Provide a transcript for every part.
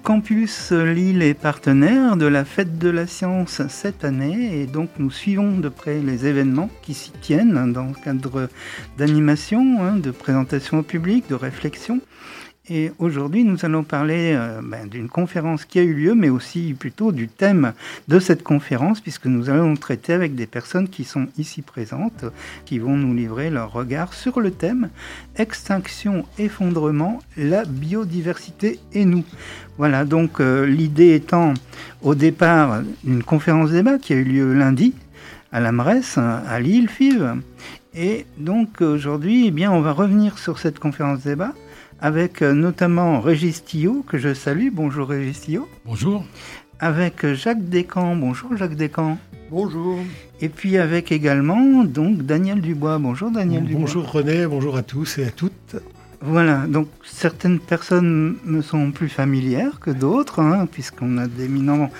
Campus Lille est partenaire de la Fête de la Science cette année et donc nous suivons de près les événements qui s'y tiennent dans le cadre d'animation, de présentation au public, de réflexion. Et aujourd'hui, nous allons parler d'une conférence qui a eu lieu, mais aussi plutôt du thème de cette conférence, puisque nous allons traiter avec des personnes qui sont ici présentes, qui vont nous livrer leur regard sur le thème « Extinction, effondrement, la biodiversité et nous ». Voilà, donc l'idée étant au départ une conférence débat qui a eu lieu lundi à la Mresse, à Lille, FIV. Et donc aujourd'hui, on va revenir sur cette conférence débat avec notamment Régis Tillot, que je salue. Bonjour Régis Tillot. Bonjour. Avec Jacques Descamps. Bonjour Jacques Descamps. Bonjour. Et puis avec également donc Daniel Dubois. Bonjour Daniel Dubois. Bonjour René, bonjour à tous et à toutes. Voilà, donc certaines personnes me sont plus familières que d'autres, puisqu'on a d'éminentes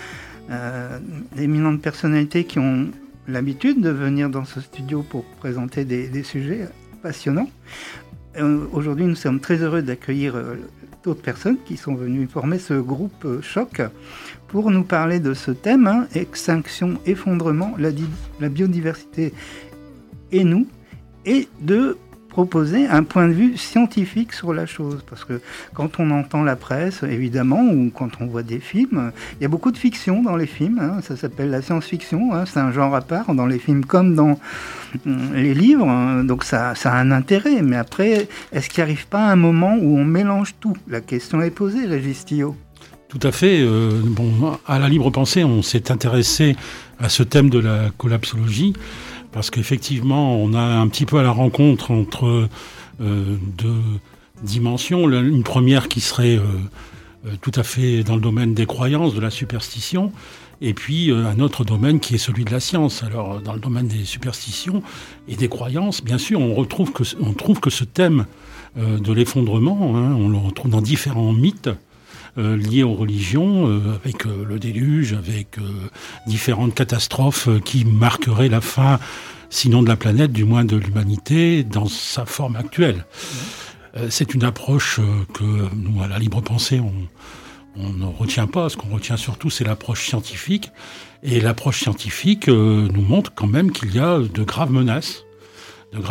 personnalités qui ont l'habitude de venir dans ce studio pour présenter des sujets passionnants. Aujourd'hui, nous sommes très heureux d'accueillir d'autres personnes qui sont venues former ce groupe Choc pour nous parler de ce thème, extinction, effondrement, la biodiversité et nous, et de proposer un point de vue scientifique sur la chose. Parce que quand on entend la presse, évidemment, ou quand on voit des films, il y a beaucoup de fiction dans les films. Ça s'appelle la science-fiction. C'est un genre à part dans les films comme dans les livres. Donc ça a un intérêt. Mais après, est-ce qu'il n'arrive pas un moment où on mélange tout ? La question est posée, Régis Tillot. Tout à fait. À la Libre Pensée, on s'est intéressé à ce thème de la collapsologie. Parce qu'effectivement, on a un petit peu à la rencontre entre deux dimensions. Une première qui serait tout à fait dans le domaine des croyances, de la superstition, et puis un autre domaine qui est celui de la science. Alors, dans le domaine des superstitions et des croyances, bien sûr, on trouve que ce thème de l'effondrement, on le retrouve dans différents mythes, liées aux religions, avec le déluge, avec différentes catastrophes qui marqueraient la fin, sinon de la planète, du moins de l'humanité, dans sa forme actuelle. C'est une approche que nous, à la Libre Pensée, on ne retient pas. Ce qu'on retient surtout, c'est l'approche scientifique. Et l'approche scientifique nous montre quand même qu'il y a de graves menaces. Dans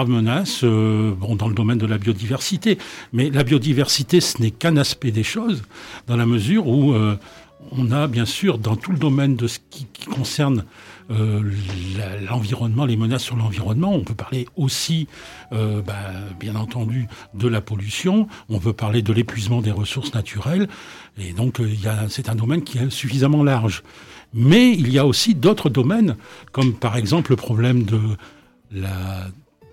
le domaine de la biodiversité. Mais la biodiversité, ce n'est qu'un aspect des choses, dans la mesure où on a, bien sûr, dans tout le domaine de ce qui concerne l'environnement, les menaces sur l'environnement, on peut parler aussi, bien entendu, de la pollution, on peut parler de l'épuisement des ressources naturelles, et donc c'est un domaine qui est suffisamment large. Mais il y a aussi d'autres domaines, comme par exemple le problème de la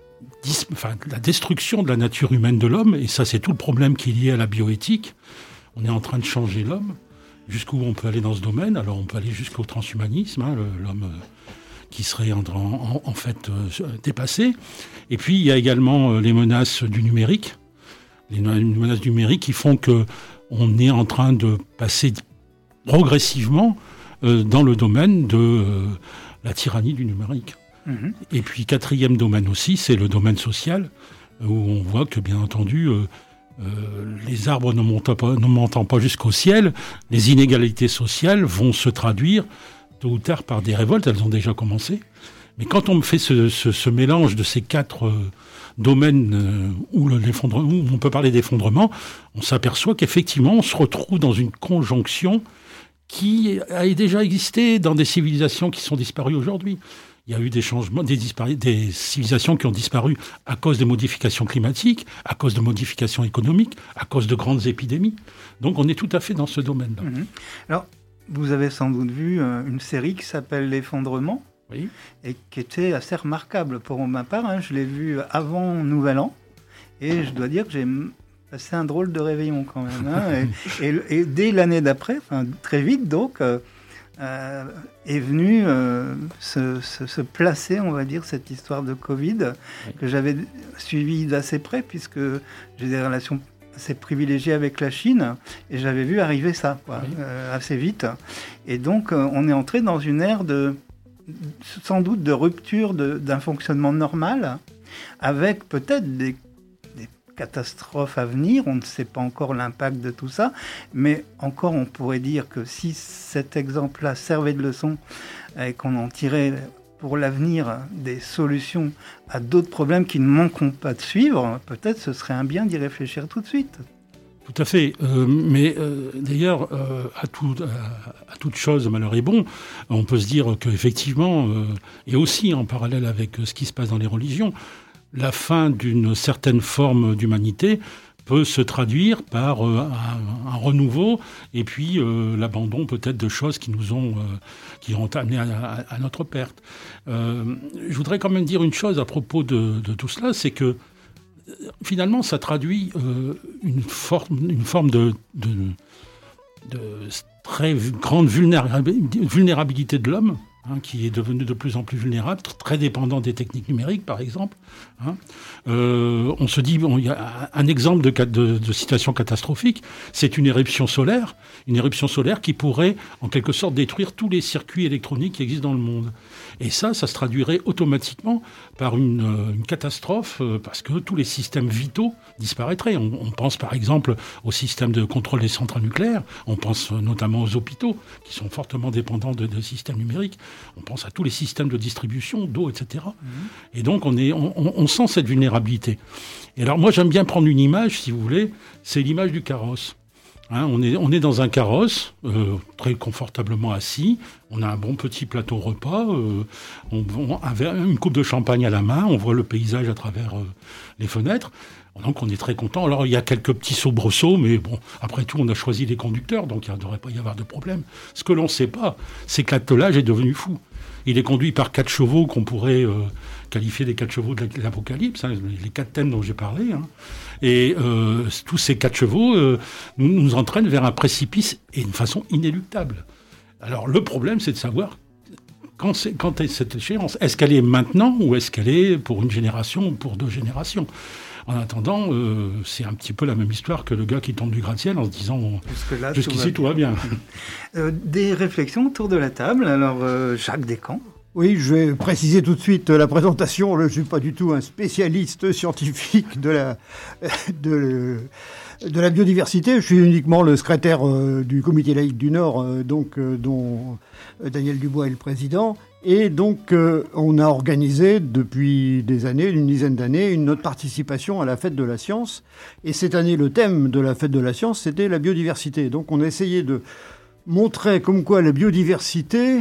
destruction de la nature humaine de l'homme, et ça c'est tout le problème qui est lié à la bioéthique. On est en train de changer l'homme, jusqu'où on peut aller dans ce domaine. Alors on peut aller jusqu'au transhumanisme, l'homme qui serait en fait dépassé. Et puis il y a également les menaces du numérique, les menaces du numérique qui font qu'on est en train de passer progressivement dans le domaine de la tyrannie du numérique. Et puis, quatrième domaine aussi, c'est le domaine social, où on voit que, bien entendu, les arbres ne montant pas jusqu'au ciel, les inégalités sociales vont se traduire tôt ou tard par des révoltes. Elles ont déjà commencé. Mais quand on fait ce mélange de ces quatre domaines où on peut parler d'effondrement, on s'aperçoit qu'effectivement, on se retrouve dans une conjonction qui a déjà existé dans des civilisations qui sont disparues aujourd'hui. Il y a eu des changements, des civilisations qui ont disparu à cause des modifications climatiques, à cause de modifications économiques, à cause de grandes épidémies. Donc on est tout à fait dans ce domaine-là. Alors, vous avez sans doute vu une série qui s'appelle L'Effondrement, oui, et qui était assez remarquable pour ma part. Je l'ai vue avant Nouvel An, et je dois dire que j'ai passé un drôle de réveillon quand même. Et dès l'année d'après, très vite donc... est venu se placer, on va dire, cette histoire de Covid, que j'avais suivie d'assez près, puisque j'ai des relations assez privilégiées avec la Chine, et j'avais vu arriver ça assez vite. Et donc, on est entré dans une ère sans doute de rupture d'un fonctionnement normal, avec peut-être des catastrophes à venir. On ne sait pas encore l'impact de tout ça, mais encore on pourrait dire que si cet exemple-là servait de leçon et qu'on en tirait pour l'avenir des solutions à d'autres problèmes qui ne manqueront pas de suivre, peut-être ce serait un bien d'y réfléchir tout de suite. Tout à fait. D'ailleurs, à toute chose, malheur est bon. On peut se dire qu'effectivement, et aussi en parallèle avec ce qui se passe dans les religions, la fin d'une certaine forme d'humanité peut se traduire par un renouveau et puis l'abandon peut-être de choses qui ont amené à notre perte. Je voudrais quand même dire une chose à propos de tout cela, c'est que finalement, ça traduit une forme de très grande vulnérabilité de l'homme, qui est devenu de plus en plus vulnérable, très dépendant des techniques numériques, par exemple. On se dit, il y a un exemple de situation catastrophique, c'est une éruption solaire qui pourrait, en quelque sorte, détruire tous les circuits électroniques qui existent dans le monde. Et ça se traduirait automatiquement par une catastrophe, parce que tous les systèmes vitaux disparaîtraient. On pense par exemple au système de contrôle des centrales nucléaires, on pense notamment aux hôpitaux, qui sont fortement dépendants de systèmes numériques, on pense à tous les systèmes de distribution d'eau, etc. Et donc on sent cette vulnérabilité. Et alors moi j'aime bien prendre une image, si vous voulez, c'est l'image du carrosse. On est dans un carrosse, très confortablement assis, on a un bon petit plateau repas, une coupe de champagne à la main, on voit le paysage à travers les fenêtres, donc on est très content. Alors il y a quelques petits soubresauts, mais bon, après tout on a choisi les conducteurs, donc il ne devrait pas y avoir de problème. Ce que l'on ne sait pas, c'est que l'attelage est devenu fou. Il est conduit par 4 chevaux qu'on pourrait qualifier des 4 chevaux de l'Apocalypse, les 4 thèmes dont j'ai parlé. Et tous ces 4 chevaux nous entraînent vers un précipice et d'une façon inéluctable. Alors le problème, c'est de savoir quand est cette échéance. Est-ce qu'elle est maintenant ou est-ce qu'elle est pour une génération ou pour 2 générations ? En attendant, c'est un petit peu la même histoire que le gars qui tombe du gratte-ciel en se disant jusqu'ici tout va bien. Des réflexions autour de la table. Alors, Jacques Descamps. Oui, je vais préciser tout de suite la présentation. Je ne suis pas du tout un spécialiste scientifique de la biodiversité. Je suis uniquement le secrétaire du Comité laïque du Nord, dont Daniel Dubois est le président. Et donc, on a organisé depuis des années, une dizaine d'années, notre participation à la Fête de la Science. Et cette année, le thème de la Fête de la Science, c'était la biodiversité. Donc, on a essayé de montrer comme quoi la biodiversité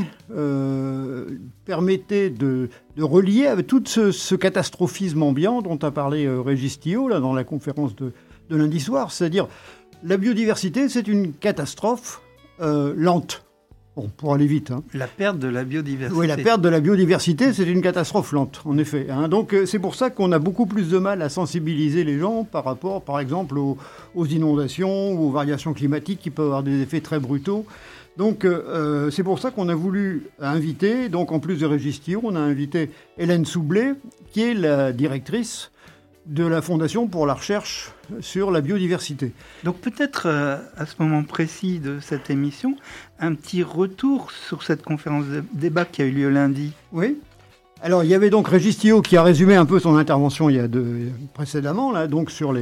permettait de relier avec tout ce catastrophisme ambiant dont a parlé Régis Thillot, là, dans la conférence de lundi soir. C'est-à-dire, la biodiversité, c'est une catastrophe lente. Bon, pour aller vite. La perte de la biodiversité. Oui, la perte de la biodiversité, c'est une catastrophe lente, en effet. Donc, c'est pour ça qu'on a beaucoup plus de mal à sensibiliser les gens par rapport, par exemple, aux inondations ou aux variations climatiques qui peuvent avoir des effets très brutaux. Donc, c'est pour ça qu'on a voulu inviter, donc en plus de Régis Thillot, on a invité Hélène Soublet, qui est la directrice de la Fondation pour la recherche sur la biodiversité. Donc peut-être à ce moment précis de cette émission, un petit retour sur cette conférence de débat qui a eu lieu lundi. Oui. Alors il y avait donc Régis Thillot qui a résumé un peu son intervention précédemment, là, donc sur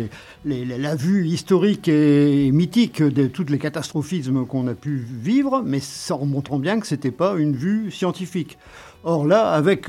la vue historique et mythique de tous les catastrophismes qu'on a pu vivre, mais en montrant bien que ce n'était pas une vue scientifique. Or là, avec...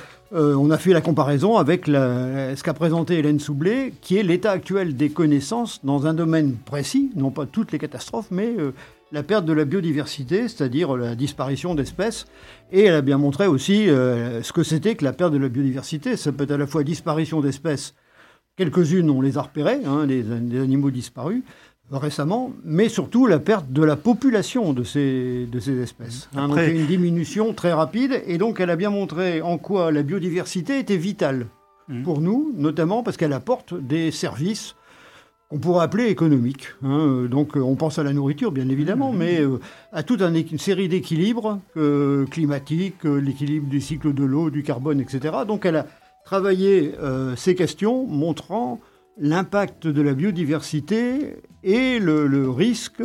on a fait la comparaison avec ce qu'a présenté Hélène Soublet, qui est l'état actuel des connaissances dans un domaine précis, non pas toutes les catastrophes, mais la perte de la biodiversité, c'est-à-dire la disparition d'espèces. Et elle a bien montré aussi ce que c'était que la perte de la biodiversité. Ça peut être à la fois disparition d'espèces, quelques-unes on les a repérées, des animaux disparus, récemment, mais surtout la perte de la population de ces espèces. Donc il y a une diminution très rapide, et donc elle a bien montré en quoi la biodiversité était vitale pour nous, notamment parce qu'elle apporte des services qu'on pourrait appeler économiques. Donc on pense à la nourriture, bien évidemment, mais à toute une série d'équilibres climatiques, l'équilibre du cycle de l'eau, du carbone, etc. Donc elle a travaillé ces questions, montrant l'impact de la biodiversité et le risque,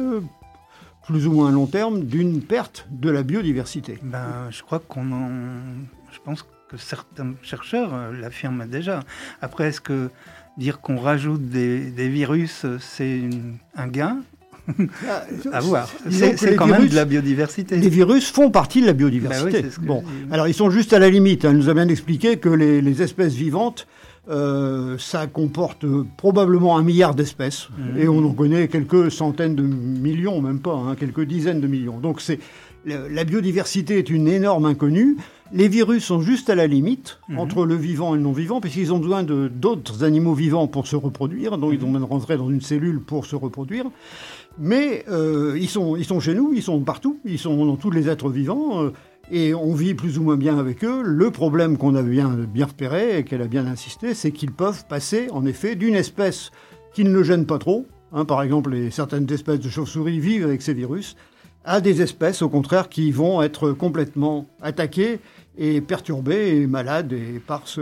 plus ou moins à long terme, d'une perte de la biodiversité. Je pense que certains chercheurs l'affirment déjà. Après, est-ce que dire qu'on rajoute des virus, c'est un gain ? À voir. C'est quand même de la biodiversité. Les virus font partie de la biodiversité. Bon, alors ils sont juste à la limite. Elle nous a bien expliqué que les espèces vivantes, ça comporte probablement 1 milliard d'espèces. Et on en connaît quelques centaines de millions, même pas, quelques dizaines de millions. Donc la biodiversité est une énorme inconnue. Les virus sont juste à la limite entre le vivant et le non-vivant, puisqu'ils ont besoin d'autres animaux vivants pour se reproduire. Donc ils ont besoin de rentrer dans une cellule pour se reproduire. Mais ils sont chez nous, ils sont partout, ils sont dans tous les êtres vivants, et on vit plus ou moins bien avec eux. Le problème qu'on a bien repéré et qu'elle a bien insisté, c'est qu'ils peuvent passer en effet d'une espèce qui ne le gêne pas trop, par exemple certaines espèces de chauves-souris vivent avec ces virus, à des espèces au contraire qui vont être complètement attaquées et perturbées et malades et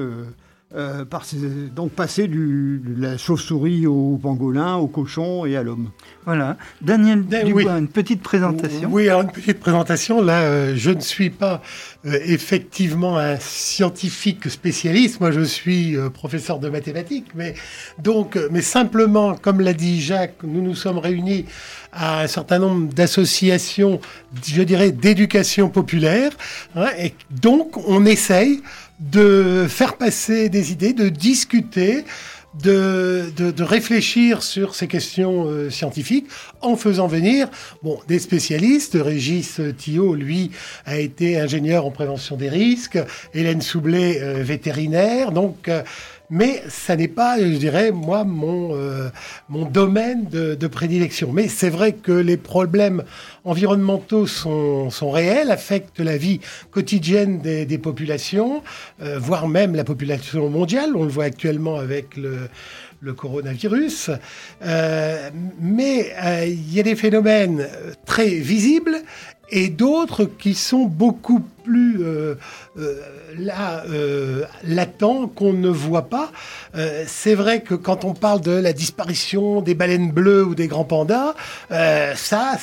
donc passer de la chauve-souris au pangolin, au cochon et à l'homme. Voilà. Daniel Dubois, une petite présentation. Oui, alors une petite présentation. Là, je ne suis pas effectivement un scientifique spécialiste. Moi, je suis professeur de mathématiques. Mais simplement, comme l'a dit Jacques, nous nous sommes réunis à un certain nombre d'associations, je dirais, d'éducation populaire. Et donc, on essaye de faire passer des idées, de discuter, de réfléchir sur ces questions scientifiques en faisant venir des spécialistes. Régis Thillot, lui, a été ingénieur en prévention des risques. Hélène Soublet, vétérinaire. Mais ça n'est pas, je dirais, moi, mon domaine de prédilection. Mais c'est vrai que les problèmes environnementaux sont réels, affectent la vie quotidienne des populations, voire même la population mondiale. On le voit actuellement avec le coronavirus. Mais il y a des phénomènes très visibles et d'autres qui sont beaucoup plus latents qu'on ne voit pas. C'est vrai que quand on parle de la disparition des baleines bleues ou des grands pandas, ça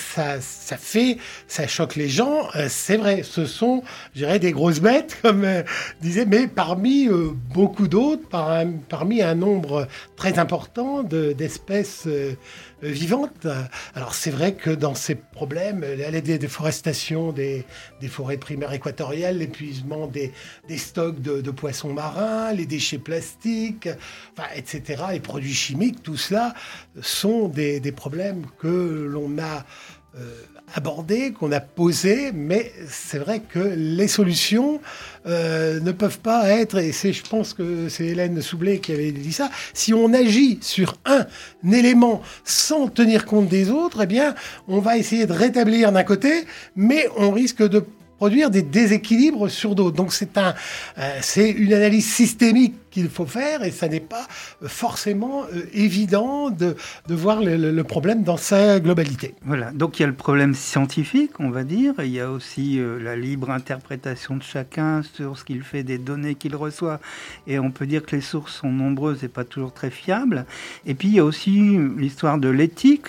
choque les gens. C'est vrai, ce sont, je dirais, des grosses bêtes, comme disait, mais parmi beaucoup d'autres, parmi un nombre très important d'espèces vivantes. Alors c'est vrai que dans ces problèmes, la déforestation des forêts primaires équatoriales, l'épuisement des stocks de poissons marins, les déchets plastiques, etc., les produits chimiques, tout cela sont des problèmes que l'on a abordés, qu'on a posés, mais c'est vrai que les solutions ne peuvent pas être, et je pense que c'est Hélène Soublet qui avait dit ça, si on agit sur un élément sans tenir compte des autres, eh bien, on va essayer de rétablir d'un côté, mais on risque de produire des déséquilibres sur d'autres. Donc c'est une analyse systémique qu'il faut faire et ça n'est pas forcément évident de voir le problème dans sa globalité. Voilà, donc il y a le problème scientifique, on va dire, et il y a aussi la libre interprétation de chacun sur ce qu'il fait des données qu'il reçoit, et on peut dire que les sources sont nombreuses et pas toujours très fiables. Et puis il y a aussi l'histoire de l'éthique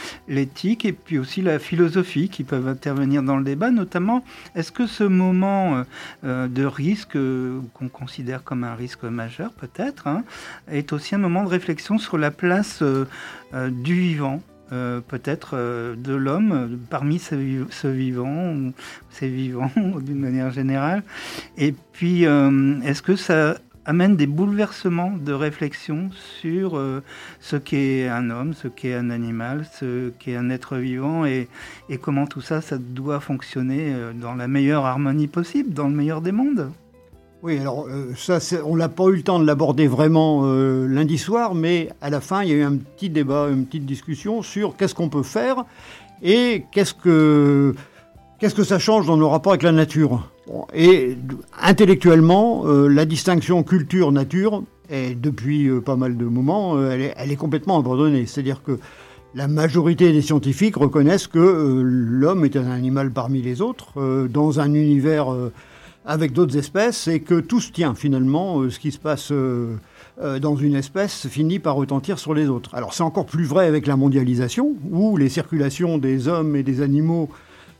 et puis aussi la philosophie qui peuvent intervenir dans le débat, notamment est-ce que ce moment de risque qu'on considère comme un risque majeur peut-être, est aussi un moment de réflexion sur la place du vivant, peut-être de l'homme parmi ce vivant, ou ces vivants d'une manière générale. Et puis, est-ce que ça amène des bouleversements de réflexion sur ce qu'est un homme, ce qu'est un animal, ce qu'est un être vivant, et comment tout ça doit fonctionner dans la meilleure harmonie possible, dans le meilleur des mondes ? Oui, alors on n'a pas eu le temps de l'aborder vraiment lundi soir, mais à la fin, il y a eu un petit débat, une petite discussion sur qu'est-ce qu'on peut faire et qu'est-ce que ça change dans nos rapports avec la nature. Bon, et intellectuellement, la distinction culture-nature, depuis pas mal de moments, elle est complètement abandonnée. C'est-à-dire que la majorité des scientifiques reconnaissent que l'homme est un animal parmi les autres, dans un univers avec d'autres espèces, et que tout se tient finalement, ce qui se passe dans une espèce finit par retentir sur les autres. Alors c'est encore plus vrai avec la mondialisation, où les circulations des hommes et des animaux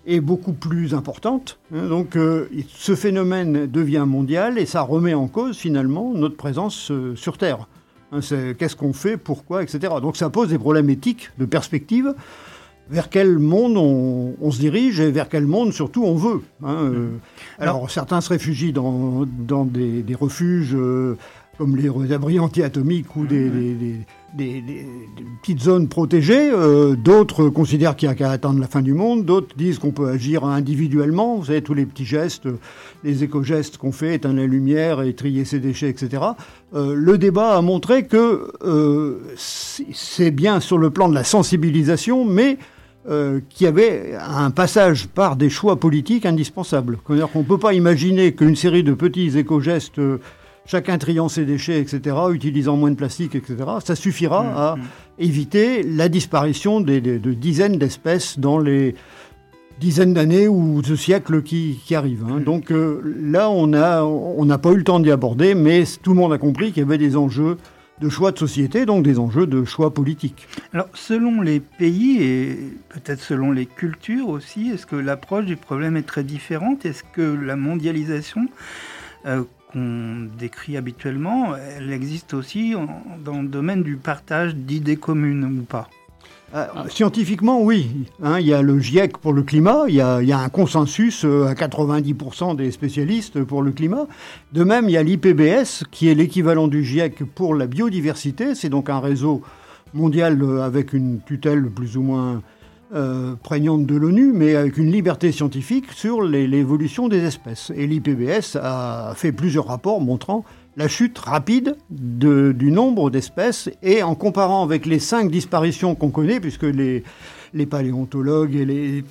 est beaucoup plus importante. Donc ce phénomène devient mondial et ça remet en cause finalement notre présence sur Terre. Qu'est-ce qu'on fait, pourquoi, etc. Donc ça pose des problèmes éthiques, de perspective, vers quel monde on se dirige et vers quel monde surtout on veut. Alors certains se réfugient dans des refuges comme les abris anti-atomiques ou des petites zones protégées. D'autres considèrent qu'il n'y a qu'à attendre la fin du monde. D'autres disent qu'on peut agir individuellement. Vous savez, tous les petits gestes, les éco-gestes qu'on fait, éteindre la lumière et trier ses déchets, etc. Le débat a montré que c'est bien sur le plan de la sensibilisation, mais qu'il y avait un passage par des choix politiques indispensables. C'est-à-dire qu'on ne peut pas imaginer qu'une série de petits éco-gestes, chacun triant ses déchets, etc., utilisant moins de plastique, etc., ça suffira à éviter la disparition de dizaines d'espèces dans les dizaines d'années ou de siècles qui arrivent. Donc là, on n'a pas eu le temps d'y aborder, mais tout le monde a compris qu'il y avait des enjeux de choix de société, donc des enjeux de choix politiques. Alors, selon les pays et peut-être selon les cultures aussi, est-ce que l'approche du problème est très différente ? Est-ce que la mondialisation qu'on décrit habituellement, elle existe aussi dans le domaine du partage d'idées communes ou pas ? Scientifiquement, oui. Il y a le GIEC pour le climat, il y a un consensus à 90% des spécialistes pour le climat. De même, il y a l'IPBES, qui est l'équivalent du GIEC pour la biodiversité. C'est donc un réseau mondial avec une tutelle plus ou moins prégnante de l'ONU, mais avec une liberté scientifique sur l'évolution des espèces. Et l'IPBES a fait plusieurs rapports montrant la chute rapide du nombre d'espèces, et en comparant avec les 5 disparitions qu'on connaît, puisque les paléontologues et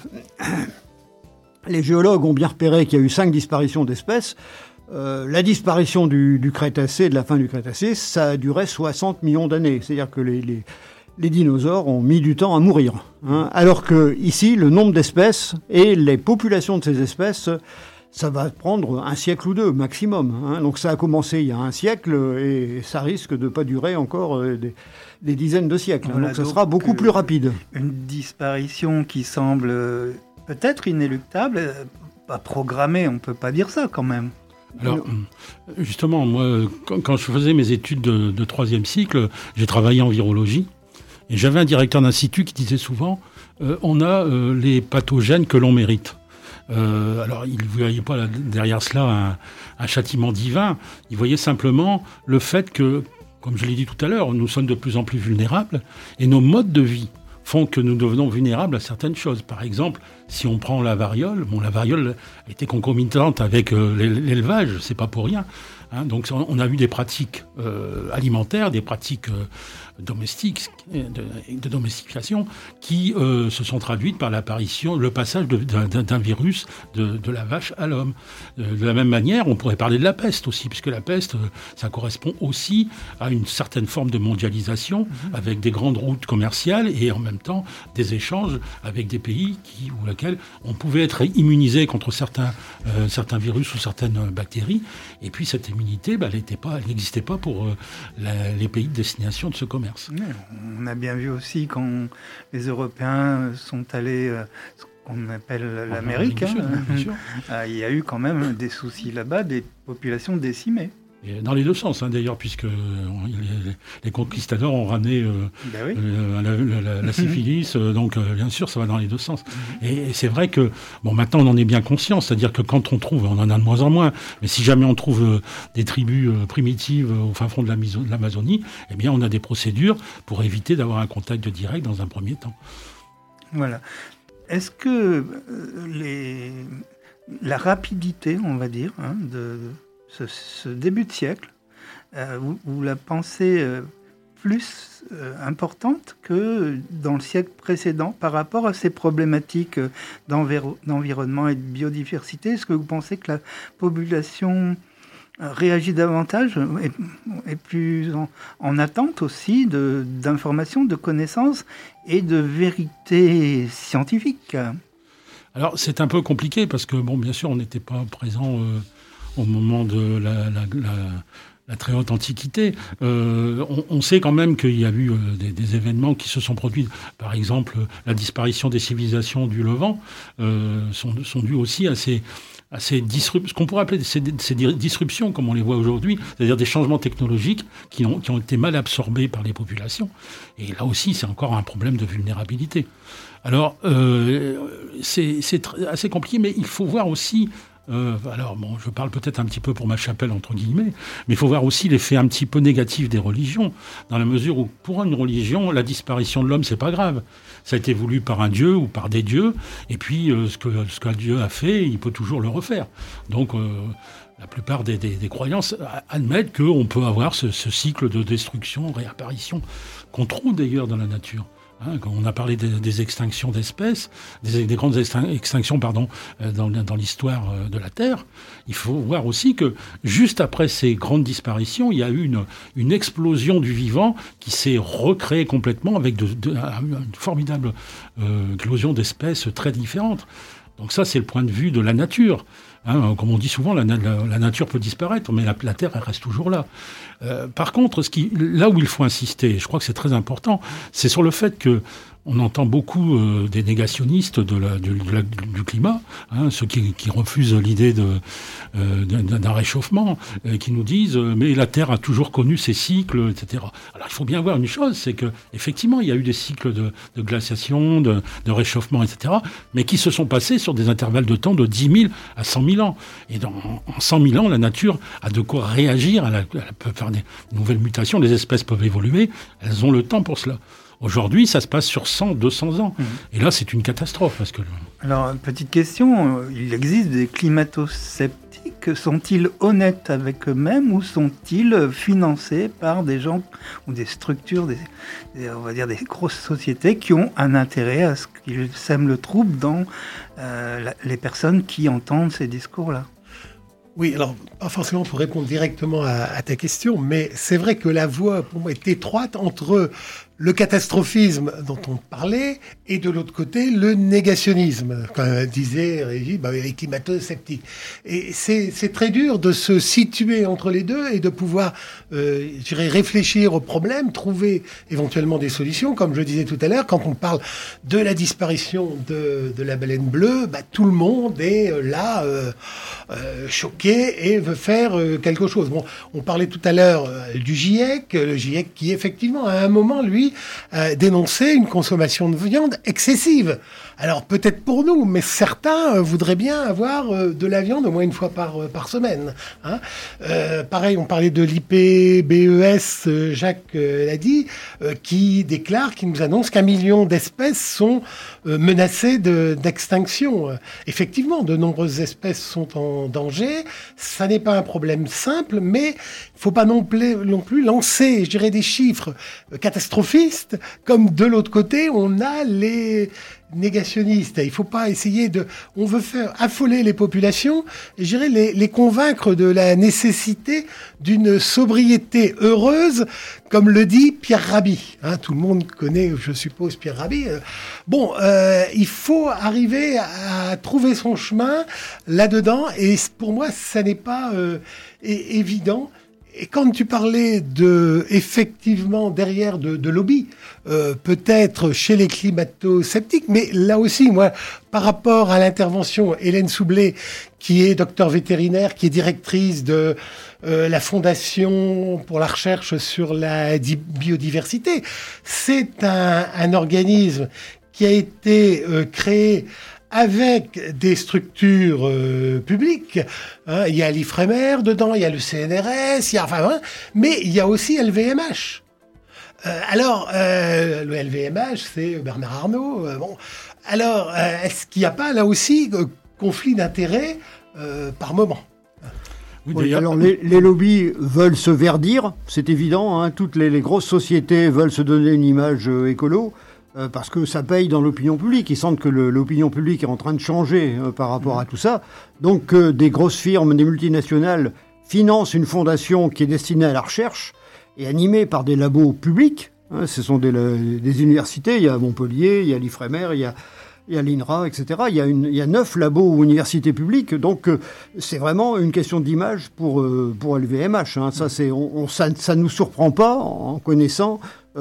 les géologues ont bien repéré qu'il y a eu 5 disparitions d'espèces, la disparition du Crétacé, de la fin du Crétacé, ça a duré 60 millions d'années. C'est-à-dire que les dinosaures ont mis du temps à mourir. Alors que ici, le nombre d'espèces et les populations de ces espèces, ça va prendre un siècle ou deux maximum. Donc ça a commencé il y a un siècle et ça risque de ne pas durer encore des dizaines de siècles. Voilà, donc ça sera beaucoup plus rapide. Une disparition qui semble peut-être inéluctable, pas programmée, on ne peut pas dire ça quand même. Alors, justement, moi, quand je faisais mes études de 3e cycle, j'ai travaillé en virologie. Et j'avais un directeur d'institut qui disait souvent on a les pathogènes que l'on mérite. Alors, il ne voyait pas derrière cela un châtiment divin. Il voyait simplement le fait que, comme je l'ai dit tout à l'heure, nous sommes de plus en plus vulnérables et nos modes de vie font que nous devenons vulnérables à certaines choses. Par exemple, si on prend la variole, la variole était concomitante avec l'élevage, c'est pas pour rien. Donc on a eu des pratiques alimentaires, des pratiques domestiques, de domestication, qui se sont traduites par le passage d'un virus de la vache à l'homme. De la même manière, on pourrait parler de la peste aussi, puisque la peste, ça correspond aussi à une certaine forme de mondialisation, avec des grandes routes commerciales et en même temps des échanges avec des pays ou lesquels on pouvait être immunisé contre certains virus ou certaines bactéries. Et puis cette immunité, elle n'existait pas pour les pays de destination de ce commerce. Oui, on a bien vu aussi quand les Européens sont allés, ce qu'on appelle l'Amérique, il y a eu quand même des soucis là-bas, des populations décimées. Et dans les deux sens, d'ailleurs, puisque les conquistadors ont ramené la syphilis, donc bien sûr, ça va dans les deux sens. Et c'est vrai que, maintenant on en est bien conscient, c'est-à-dire que quand on trouve, on en a de moins en moins, mais si jamais on trouve des tribus primitives au fin fond de l'Amazonie, eh bien on a des procédures pour éviter d'avoir un contact direct dans un premier temps. Voilà. Est-ce que la rapidité, on va dire, de ce début de siècle, où la pensée plus importante que dans le siècle précédent par rapport à ces problématiques d'environnement et de biodiversité, est-ce que vous pensez que la population réagit davantage, est plus en attente aussi d'informations, de connaissances et de vérité scientifique ? Alors c'est un peu compliqué parce que, bien sûr, on n'était pas présent au moment de la très haute antiquité. On sait quand même qu'il y a eu des événements qui se sont produits. Par exemple, la disparition des civilisations du Levant sont dues aussi à ces ce qu'on pourrait appeler ces disruptions, comme on les voit aujourd'hui, c'est-à-dire des changements technologiques qui ont été mal absorbés par les populations. Et là aussi, c'est encore un problème de vulnérabilité. Alors, c'est assez compliqué, mais il faut voir aussi... je parle peut-être un petit peu pour ma chapelle, entre guillemets, mais il faut voir aussi l'effet un petit peu négatif des religions, dans la mesure où, pour une religion, la disparition de l'homme, c'est pas grave. Ça a été voulu par un dieu ou par des dieux, et puis ce qu'un dieu a fait, il peut toujours le refaire. Donc, la plupart des croyances admettent qu'on peut avoir ce cycle de destruction, réapparition, qu'on trouve d'ailleurs dans la nature. Quand on a parlé des extinctions d'espèces, des grandes extinctions dans l'histoire de la Terre, il faut voir aussi que juste après ces grandes disparitions, il y a eu une explosion du vivant qui s'est recréée complètement avec une formidable éclosion d'espèces très différentes. Donc ça, c'est le point de vue de la nature. Comme on dit souvent, la nature peut disparaître, mais la Terre, elle reste toujours là. Par contre, là où il faut insister, et je crois que c'est très important, c'est sur le fait que on entend beaucoup des négationnistes du climat, ceux qui refusent l'idée d'un réchauffement, qui nous disent mais la Terre a toujours connu ses cycles, etc. Alors il faut bien voir une chose, c'est que effectivement il y a eu des cycles de glaciation, de réchauffement, etc., mais qui se sont passés sur des intervalles de temps de 10 000 à 100 000 ans. Et en 100 000 ans, la nature a de quoi réagir, elle peut faire des nouvelles mutations, les espèces peuvent évoluer, elles ont le temps pour cela. Aujourd'hui, ça se passe sur 100, 200 ans. Et là, c'est une catastrophe. Alors, petite question, il existe des climato-sceptiques. Sont-ils honnêtes avec eux-mêmes ou sont-ils financés par des gens ou des structures, on va dire des grosses sociétés qui ont un intérêt à ce qu'ils sèment le trouble dans les personnes qui entendent ces discours-là ? Oui, alors, pas forcément pour répondre directement à ta question, mais c'est vrai que la voie, pour moi, est étroite entre le catastrophisme dont on parlait et de l'autre côté, le négationnisme, comme disait Régis, les climato-sceptiques. Et c'est très dur de se situer entre les deux et de pouvoir, réfléchir au problème, trouver éventuellement des solutions. Comme je disais tout à l'heure, quand on parle de la disparition de la baleine bleue, tout le monde est là, choqué et veut faire quelque chose. Bon, on parlait tout à l'heure du GIEC, le GIEC qui effectivement, à un moment, lui, dénonçait une consommation de viande excessive. Alors peut-être pour nous, mais certains voudraient bien avoir de la viande au moins une fois par semaine. Pareil, on parlait de l'IPBES, Jacques l'a dit, qui nous annonce qu'1 million d'espèces sont menacées d'extinction. Effectivement, de nombreuses espèces sont en danger. Ça n'est pas un problème simple, mais il ne faut pas non plus lancer, des chiffres catastrophistes, comme de l'autre côté, on a les négationnistes. Il ne faut pas essayer on veut faire affoler les populations et les convaincre de la nécessité d'une sobriété heureuse, comme le dit Pierre Rabhi. Tout le monde connaît, je suppose, Pierre Rabhi. Il faut arriver à trouver son chemin là-dedans et pour moi, ça n'est pas évident. Et quand tu parlais effectivement derrière de lobby, peut-être chez les climato-sceptiques, mais là aussi, moi, par rapport à l'intervention, Hélène Soublé, qui est docteur vétérinaire, qui est directrice de la Fondation pour la recherche sur la biodiversité, c'est un organisme qui a été créé avec des structures publiques. Il y a l'IFREMER dedans, il y a le CNRS, mais il y a aussi LVMH. Le LVMH, c'est Bernard Arnault. Alors, est-ce qu'il n'y a pas là aussi conflit d'intérêts par moment ? Oui, alors les lobbies veulent se verdir, c'est évident. Toutes les grosses sociétés veulent se donner une image écolo. Parce que ça paye dans l'opinion publique. Ils sentent que l'opinion publique est en train de changer par rapport à tout ça. Donc des grosses firmes, des multinationales financent une fondation qui est destinée à la recherche et animée par des labos publics. Ce sont des universités, il y a Montpellier, il y a l'IFREMER, il y a il y a l'INRA, etc. Il y a 9 labos ou universités publiques, donc c'est vraiment une question d'image pour LVMH. Hein. Ça, ça nous surprend pas en connaissant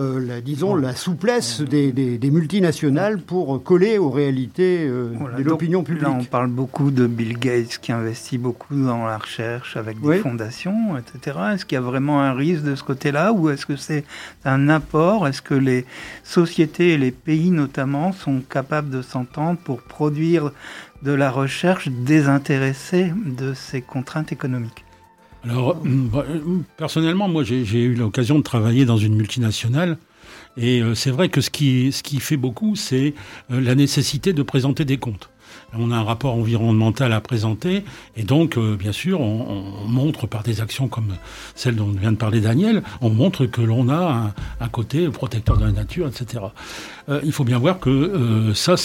la souplesse des multinationales pour coller aux réalités de l'opinion publique. Là, on parle beaucoup de Bill Gates qui investit beaucoup dans la recherche avec des fondations, etc. Est-ce qu'il y a vraiment un risque de ce côté-là ou est-ce que c'est un apport? Est-ce que les sociétés et les pays notamment sont capables de s'entendre pour produire de la recherche désintéressée de ces contraintes économiques? Alors, personnellement, moi, j'ai eu l'occasion de travailler dans une multinationale. Et c'est vrai que ce qui fait beaucoup, c'est la nécessité de présenter des comptes. On a un rapport environnemental à présenter. Et donc, bien sûr, on montre par des actions comme celle dont vient de parler Daniel, on montre que l'on a un côté protecteur de la nature, etc. Il faut bien voir que ça,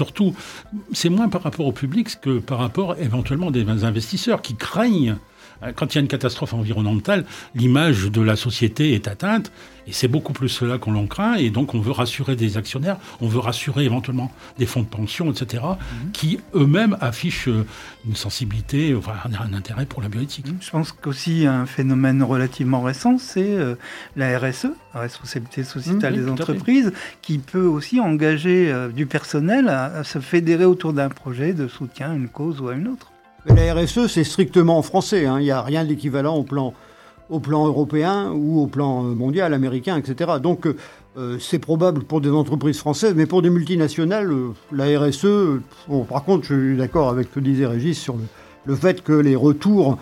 c'est moins par rapport au public que par rapport éventuellement des investisseurs qui craignent. Quand il y a une catastrophe environnementale, l'image de la société est atteinte, et c'est beaucoup plus cela qu'on l'en craint, et donc on veut rassurer des actionnaires, on veut rassurer éventuellement des fonds de pension, etc., qui eux-mêmes affichent une sensibilité, enfin un intérêt pour la bioéthique. Je pense qu'aussi un phénomène relativement récent, c'est la RSE, la responsabilité sociétale des entreprises, qui peut aussi engager du personnel à se fédérer autour d'un projet de soutien à une cause ou à une autre. Mais la RSE, c'est strictement français. Hein. Il n'y a rien d'équivalent au plan européen ou au plan mondial, américain, etc. Donc, c'est probable pour des entreprises françaises, mais pour des multinationales, la RSE... Bon, par contre, je suis d'accord avec ce que disait Régis sur le fait que les retours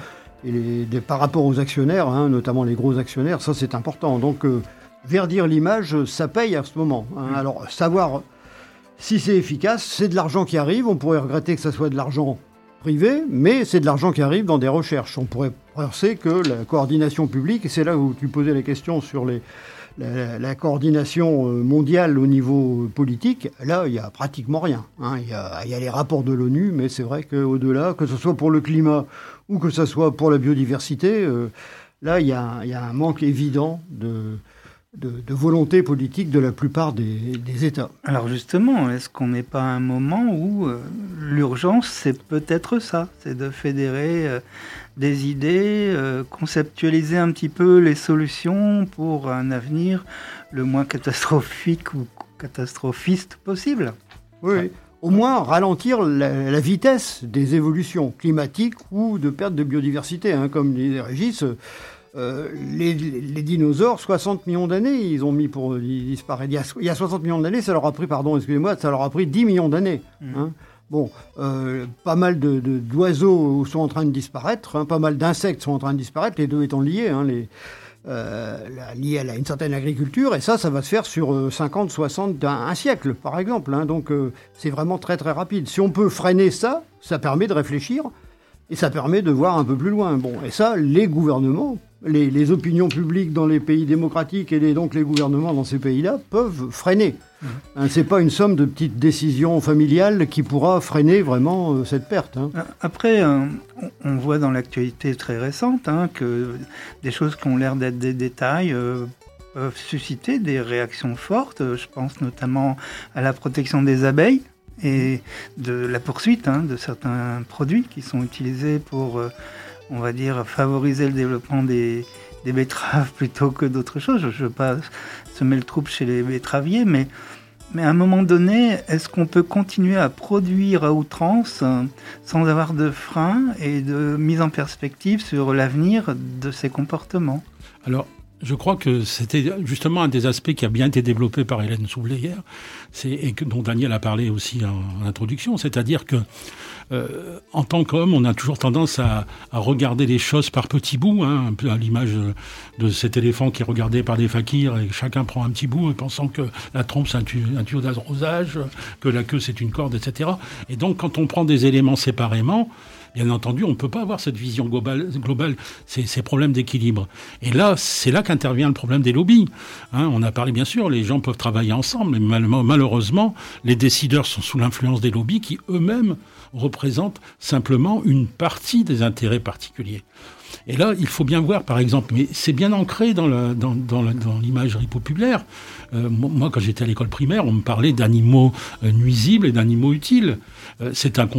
par rapport aux actionnaires, hein, notamment les gros actionnaires, ça, c'est important. Donc, verdir l'image, ça paye à ce moment. Hein. Alors, savoir si c'est efficace, c'est de l'argent qui arrive. On pourrait regretter que ça soit de l'argent privé, mais c'est de l'argent qui arrive dans des recherches. On pourrait penser que la coordination publique, et c'est là où tu posais la question sur la coordination mondiale au niveau politique, là, il n'y a pratiquement rien. Hein. Il y a les rapports de l'ONU, mais c'est vrai qu'au-delà, que ce soit pour le climat ou que ce soit pour la biodiversité, là, il y a un manque évident de volonté politique de la plupart des États. Alors justement, est-ce qu'on n'est pas à un moment où l'urgence, c'est peut-être ça, c'est de fédérer des idées, conceptualiser un petit peu les solutions pour un avenir le moins catastrophique ou catastrophiste possible? Oui. Au moins ralentir la vitesse des évolutions climatiques ou de perte de biodiversité, hein, comme disait Régis. Les dinosaures, 60 millions d'années, ils ont mis pour disparaître. Il y a 60 millions d'années, ça leur a pris, ça leur a pris 10 millions d'années. Hein. Bon, pas mal d'oiseaux sont en train de disparaître, hein, pas mal d'insectes sont en train de disparaître, les deux étant liés, hein, liés à une certaine agriculture, et ça va se faire sur 50, 60, un siècle, par exemple. Hein, donc, c'est vraiment très, très rapide. Si on peut freiner ça, ça permet de réfléchir, et ça permet de voir un peu plus loin. Bon, et ça, les gouvernements, les opinions publiques dans les pays démocratiques et donc les gouvernements dans ces pays-là peuvent freiner. Hein, c'est pas une somme de petites décisions familiales qui pourra freiner vraiment cette perte. Hein. Après, on voit dans l'actualité très récente que des choses qui ont l'air d'être des détails peuvent susciter des réactions fortes. Je pense notamment à la protection des abeilles et de la poursuite de certains produits qui sont utilisés pour, on va dire, favoriser le développement des betteraves plutôt que d'autres choses. Je ne veux pas semer le trouble chez les betteraviers, mais à un moment donné, est-ce qu'on peut continuer à produire à outrance sans avoir de frein et de mise en perspective sur l'avenir de ces comportements? Alors, je crois que c'était justement un des aspects qui a bien été développé par Hélène Souvelet hier, et dont Daniel a parlé aussi en introduction, c'est-à-dire que en tant qu'homme, on a toujours tendance à regarder les choses par petits bouts, hein, un peu à l'image de cet éléphant qui est regardé par des fakirs et chacun prend un petit bout, pensant que la trompe c'est un tuyau d'arrosage, que la queue c'est une corde, etc. Et donc quand on prend des éléments séparément, bien entendu, on ne peut pas avoir cette vision globale, ces problèmes d'équilibre. Et là, c'est là qu'intervient le problème des lobbies. Hein, on a parlé, bien sûr, les gens peuvent travailler ensemble, mais malheureusement, les décideurs sont sous l'influence des lobbies qui eux-mêmes représentent simplement une partie des intérêts particuliers. Et là, il faut bien voir, par exemple, mais c'est bien ancré dans l'imagerie populaire. Moi, quand j'étais à l'école primaire, on me parlait d'animaux nuisibles et d'animaux utiles. C'est un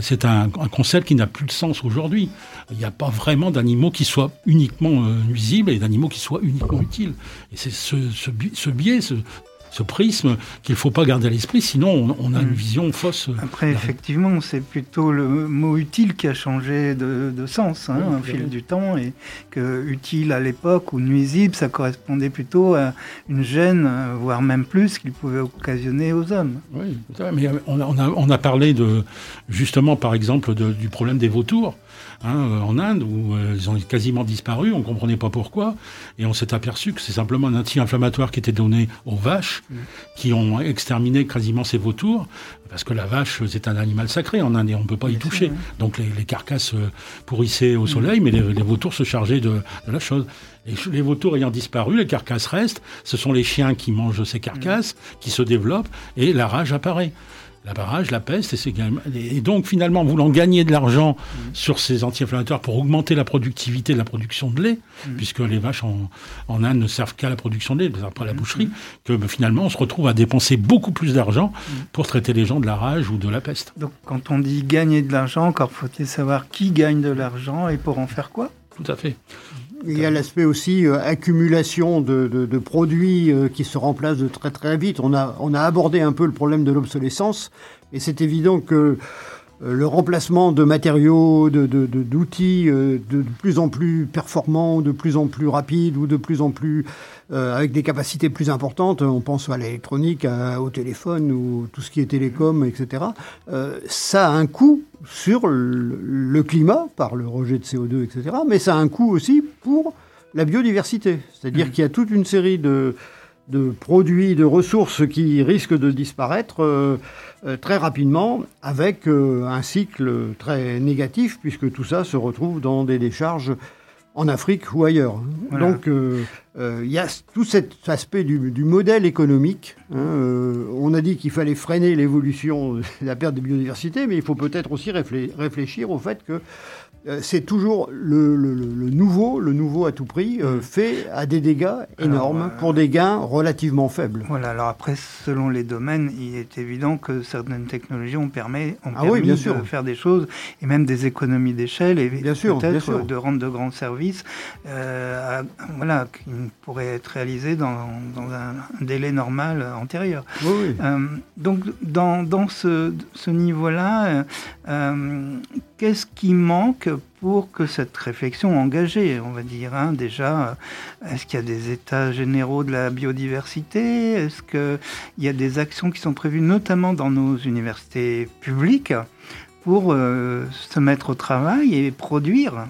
concept qui n'a plus de sens aujourd'hui. Il n'y a pas vraiment d'animaux qui soient uniquement nuisibles et d'animaux qui soient uniquement utiles. Et c'est ce biais, ce prisme qu'il ne faut pas garder à l'esprit, sinon on a une vision fausse. Après, effectivement, c'est plutôt le mot utile qui a changé de sens au fil du temps, et que utile à l'époque ou nuisible, ça correspondait plutôt à une gêne, voire même plus, qu'il pouvait occasionner aux hommes. Oui, mais on a parlé justement, par exemple, du problème des vautours. En Inde, où ils ont quasiment disparu, on ne comprenait pas pourquoi, et on s'est aperçu que c'est simplement un anti-inflammatoire qui était donné aux vaches, qui ont exterminé quasiment ces vautours, parce que la vache, c'est un animal sacré en Inde, et on ne peut pas y toucher. Donc les carcasses pourrissaient au soleil, mais les vautours se chargeaient de la chose. Et les vautours ayant disparu, les carcasses restent, ce sont les chiens qui mangent ces carcasses, qui se développent, et la rage apparaît. La barrage, la peste, et donc finalement, voulant gagner de l'argent sur ces anti-inflammatoires pour augmenter la productivité de la production de lait, puisque les vaches en Inde ne servent qu'à la production de lait, après la boucherie, que finalement on se retrouve à dépenser beaucoup plus d'argent pour traiter les gens de la rage ou de la peste. Donc quand on dit gagner de l'argent, encore faut-il savoir qui gagne de l'argent et pour en faire quoi ? Tout à fait. Il y a l'aspect aussi accumulation de produits qui se remplacent de très très vite. On a abordé un peu le problème de l'obsolescence, et c'est évident que le remplacement de matériaux, d'outils de plus en plus performants, de plus en plus rapides ou de plus en plus avec des capacités plus importantes, on pense à l'électronique, au téléphone ou tout ce qui est télécom, etc. Ça a un coût sur le climat par le rejet de CO2, etc. Mais ça a un coût aussi pour la biodiversité. C'est-à-dire qu'il y a toute une série de produits, de ressources qui risquent de disparaître très rapidement, avec un cycle très négatif, puisque tout ça se retrouve dans des décharges en Afrique ou ailleurs. Voilà. Donc il y a tout cet aspect du modèle économique. On a dit qu'il fallait freiner l'évolution de la perte de biodiversité, mais il faut peut-être aussi réfléchir au fait que c'est toujours le nouveau à tout prix, fait à des dégâts énormes pour des gains relativement faibles. Voilà, alors après, selon les domaines, il est évident que certaines technologies ont permis de faire des choses, et même des économies d'échelle, et peut-être de rendre de grands services qui pourraient être réalisés dans un délai normal antérieur. Oui. Donc, dans ce niveau-là, qu'est-ce qui manque pour que cette réflexion engagée, on va dire, déjà, est-ce qu'il y a des états généraux de la biodiversité ? Est-ce qu'il y a des actions qui sont prévues, notamment dans nos universités publiques, pour se mettre au travail et produire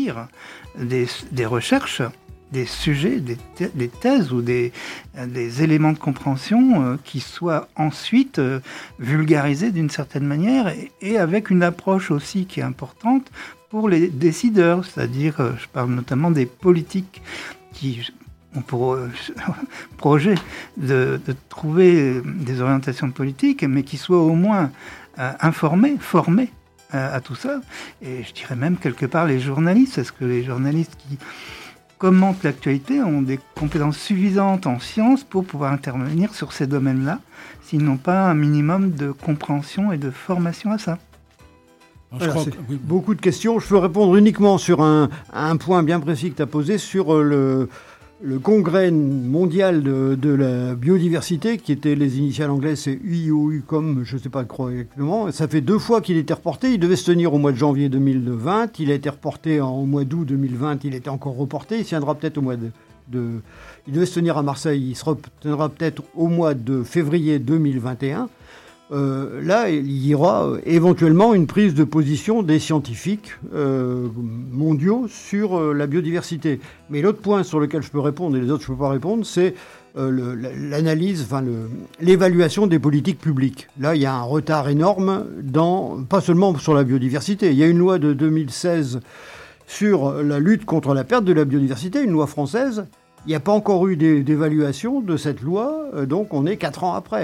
des recherches, des sujets, des thèses ou des éléments de compréhension qui soient ensuite vulgarisés d'une certaine manière, et avec une approche aussi qui est importante pour les décideurs, c'est-à-dire, je parle notamment des politiques qui ont pour projet de trouver des orientations politiques, mais qui soient au moins informés, formés à tout ça. Et je dirais même quelque part les journalistes, parce que les journalistes qui commentent l'actualité ont des compétences suffisantes en sciences pour pouvoir intervenir sur ces domaines-là, s'ils n'ont pas un minimum de compréhension et de formation à ça. Voilà, beaucoup de questions. Je peux répondre uniquement sur un point bien précis que tu as posé, sur le congrès mondial de la biodiversité, qui était les initiales anglaises, c'est UIOU, comme je ne sais pas correctement. Ça fait 2 fois qu'il était reporté. Il devait se tenir au mois de janvier 2020. Il a été reporté au mois d'août 2020. Il était encore reporté. Il se tiendra peut-être au mois il devait se tenir à Marseille. Il se tiendra peut-être au mois de février 2021. Là, il y aura éventuellement une prise de position des scientifiques mondiaux sur la biodiversité. Mais l'autre point sur lequel je peux répondre, et les autres je ne peux pas répondre, c'est l'analyse, l'évaluation des politiques publiques. Là, il y a un retard énorme, pas seulement sur la biodiversité. Il y a une loi de 2016 sur la lutte contre la perte de la biodiversité, une loi française. Il n'y a pas encore eu d'évaluation de cette loi, donc on est 4 ans après.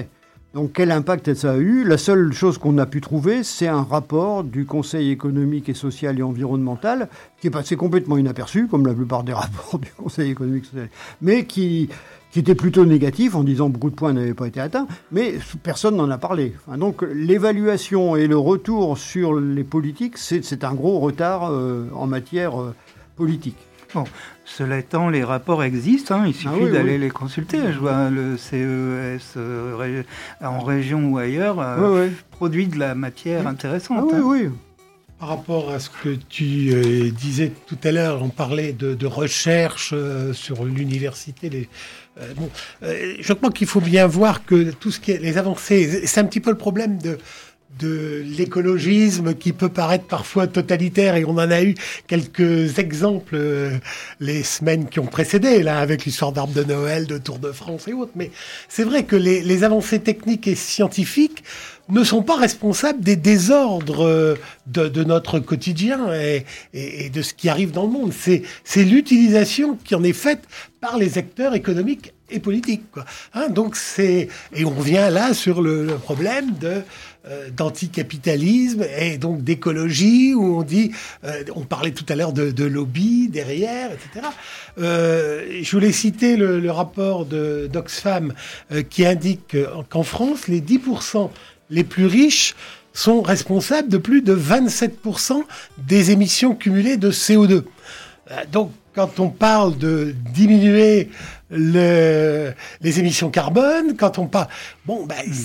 Donc quel impact ça a eu? La seule chose qu'on a pu trouver, c'est un rapport du Conseil économique et social et environnemental qui est passé complètement inaperçu, comme la plupart des rapports du Conseil économique et social, mais qui était plutôt négatif en disant beaucoup de points n'avaient pas été atteints, mais personne n'en a parlé. Enfin, donc l'évaluation et le retour sur les politiques, c'est un gros retard en matière politique. Bon, cela étant, les rapports existent, il suffit d'aller les consulter. Je vois le CES en région ou ailleurs produit de la matière intéressante. Oui. Par rapport à ce que tu disais tout à l'heure, on parlait de recherche sur l'université. Je crois qu'il faut bien voir que tout ce qui est les avancées, c'est un petit peu le problème de l'écologisme qui peut paraître parfois totalitaire, et on en a eu quelques exemples les semaines qui ont précédé, là, avec l'histoire d'arbres de Noël, de Tour de France et autres. Mais c'est vrai que les avancées techniques et scientifiques ne sont pas responsables des désordres de notre quotidien et de ce qui arrive dans le monde. C'est l'utilisation qui en est faite par les acteurs économiques et politiques, quoi. Donc et on revient là sur le problème d'anticapitalisme et donc d'écologie, où on dit, on parlait tout à l'heure de lobby derrière, etc. Je voulais citer le rapport d'Oxfam qui indique qu'en France, les 10% les plus riches sont responsables de plus de 27% des émissions cumulées de CO2. Donc, quand on parle de diminuer les émissions carbone, quand on parle... on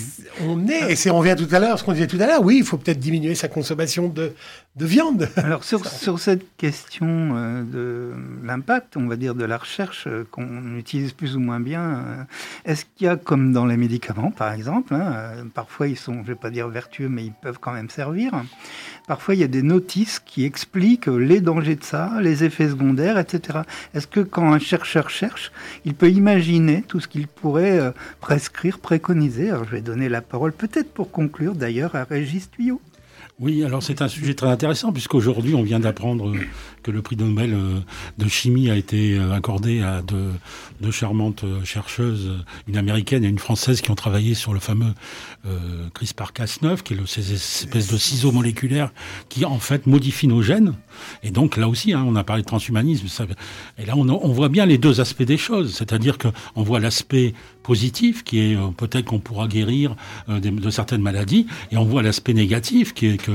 revient tout à l'heure, ce qu'on disait tout à l'heure, oui, il faut peut-être diminuer sa consommation de viande. Alors, sur cette question de l'impact, on va dire, de la recherche qu'on utilise plus ou moins bien, est-ce qu'il y a, comme dans les médicaments, par exemple, parfois ils sont, je ne vais pas dire vertueux, mais ils peuvent quand même servir. Parfois, il y a des notices qui expliquent les dangers de ça, les effets secondaires, etc. Est-ce que quand un chercheur cherche, il peut imaginer tout ce qu'il pourrait prescrire, préconiser? Alors, je vais donner la parole peut-être pour conclure d'ailleurs à Régis Tuyot. Oui, alors c'est un sujet très intéressant, puisqu'aujourd'hui on vient d'apprendre que le prix Nobel de chimie a été accordé à deux charmantes chercheuses, une américaine et une française, qui ont travaillé sur le fameux CRISPR-Cas9, qui est ces espèces de ciseaux moléculaires qui en fait modifient nos gènes. Et donc là aussi, on a parlé de transhumanisme, et là on voit bien les deux aspects des choses, c'est-à-dire qu'on voit l'aspect positif, qui est peut-être qu'on pourra guérir de certaines maladies, et on voit l'aspect négatif, qui est que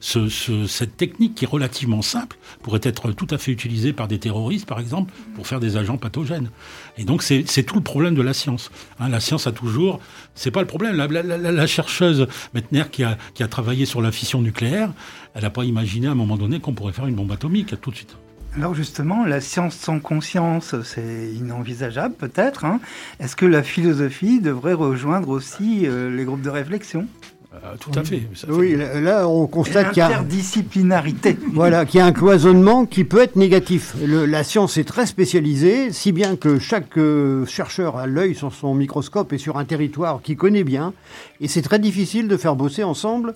cette technique qui est relativement simple pourrait être tout à fait utilisée par des terroristes, par exemple, pour faire des agents pathogènes. Et donc c'est tout le problème de la science. La science a toujours... C'est pas le problème. La chercheuse Meitner qui a travaillé sur la fission nucléaire, elle n'a pas imaginé à un moment donné qu'on pourrait faire une bombe atomique tout de suite. Alors justement, la science sans conscience, c'est inenvisageable peut-être. Est-ce que la philosophie devrait rejoindre aussi les groupes de réflexion ? Tout à fait. Oui, là on constate qu'il y a interdisciplinarité. Voilà, qu'il y a un cloisonnement qui peut être négatif. La science est très spécialisée, si bien que chaque chercheur a l'œil sur son microscope et sur un territoire qu'il connaît bien, et c'est très difficile de faire bosser ensemble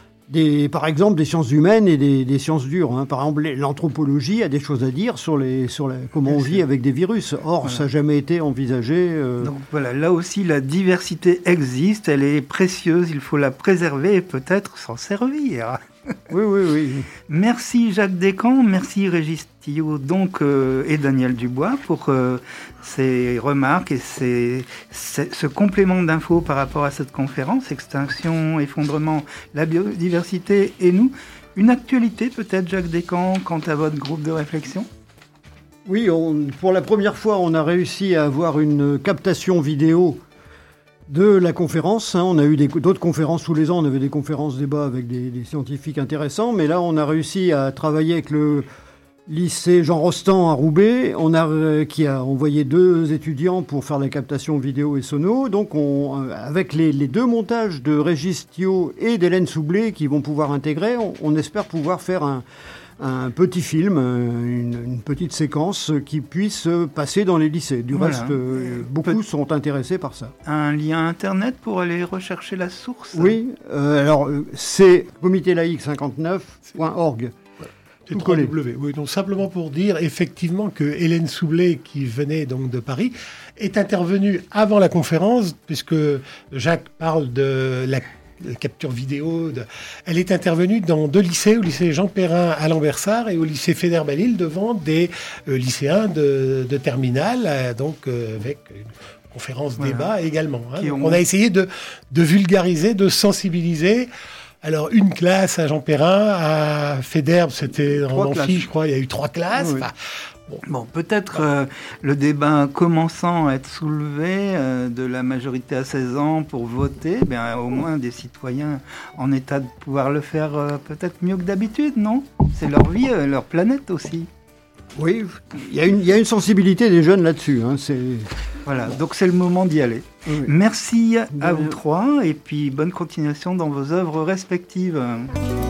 par exemple des sciences humaines et des sciences dures. Par exemple, l'anthropologie a des choses à dire sur comment on vit avec des virus. Or, ça n'a jamais été envisagé. Donc voilà, là aussi, la diversité existe, elle est précieuse, il faut la préserver et peut-être s'en servir. Oui. Merci Jacques Descamps, merci Régis Tuyot et Daniel Dubois pour ces remarques et ce complément d'infos par rapport à cette conférence, Extinction, effondrement, la biodiversité et nous. Une actualité peut-être, Jacques Descamps, quant à votre groupe de réflexion ? Oui, pour la première fois, on a réussi à avoir une captation vidéo de la conférence. On a eu d'autres conférences tous les ans, on avait des conférences débats avec des scientifiques intéressants, mais là on a réussi à travailler avec le lycée Jean Rostand à Roubaix, qui a envoyé 2 étudiants pour faire la captation vidéo et sono. Donc avec les 2 montages de Régis Tuyot et d'Hélène Soublé qui vont pouvoir intégrer, on espère pouvoir faire un petit film, une petite séquence qui puisse passer dans les lycées. Du reste, beaucoup sont intéressés par ça. Un lien internet pour aller rechercher la source ? Oui, alors c'est comitélaïque59.org. Et 3W. Oui, donc simplement pour dire effectivement que Hélène Soublet, qui venait donc de Paris, est intervenue avant la conférence, puisque Jacques parle de la capture vidéo. Elle est intervenue dans 2 lycées, au lycée Jean Perrin à Lambersart et au lycée Fédère-Belle-Île, devant des lycéens de terminale, donc avec une conférence débat également. Donc, on a essayé de vulgariser, de sensibiliser. Alors, une classe à Jean Perrin, à Fédère, c'était en amphi, je crois, il y a eu 3 classes. Oui. Bon, peut-être le débat commençant à être soulevé de la majorité à 16 ans pour voter, au moins des citoyens en état de pouvoir le faire peut-être mieux que d'habitude, non ? C'est leur vie, leur planète aussi. Oui, il y a une sensibilité des jeunes là-dessus. Voilà, donc c'est le moment d'y aller. Oui. Merci à vous 3 et puis bonne continuation dans vos œuvres respectives.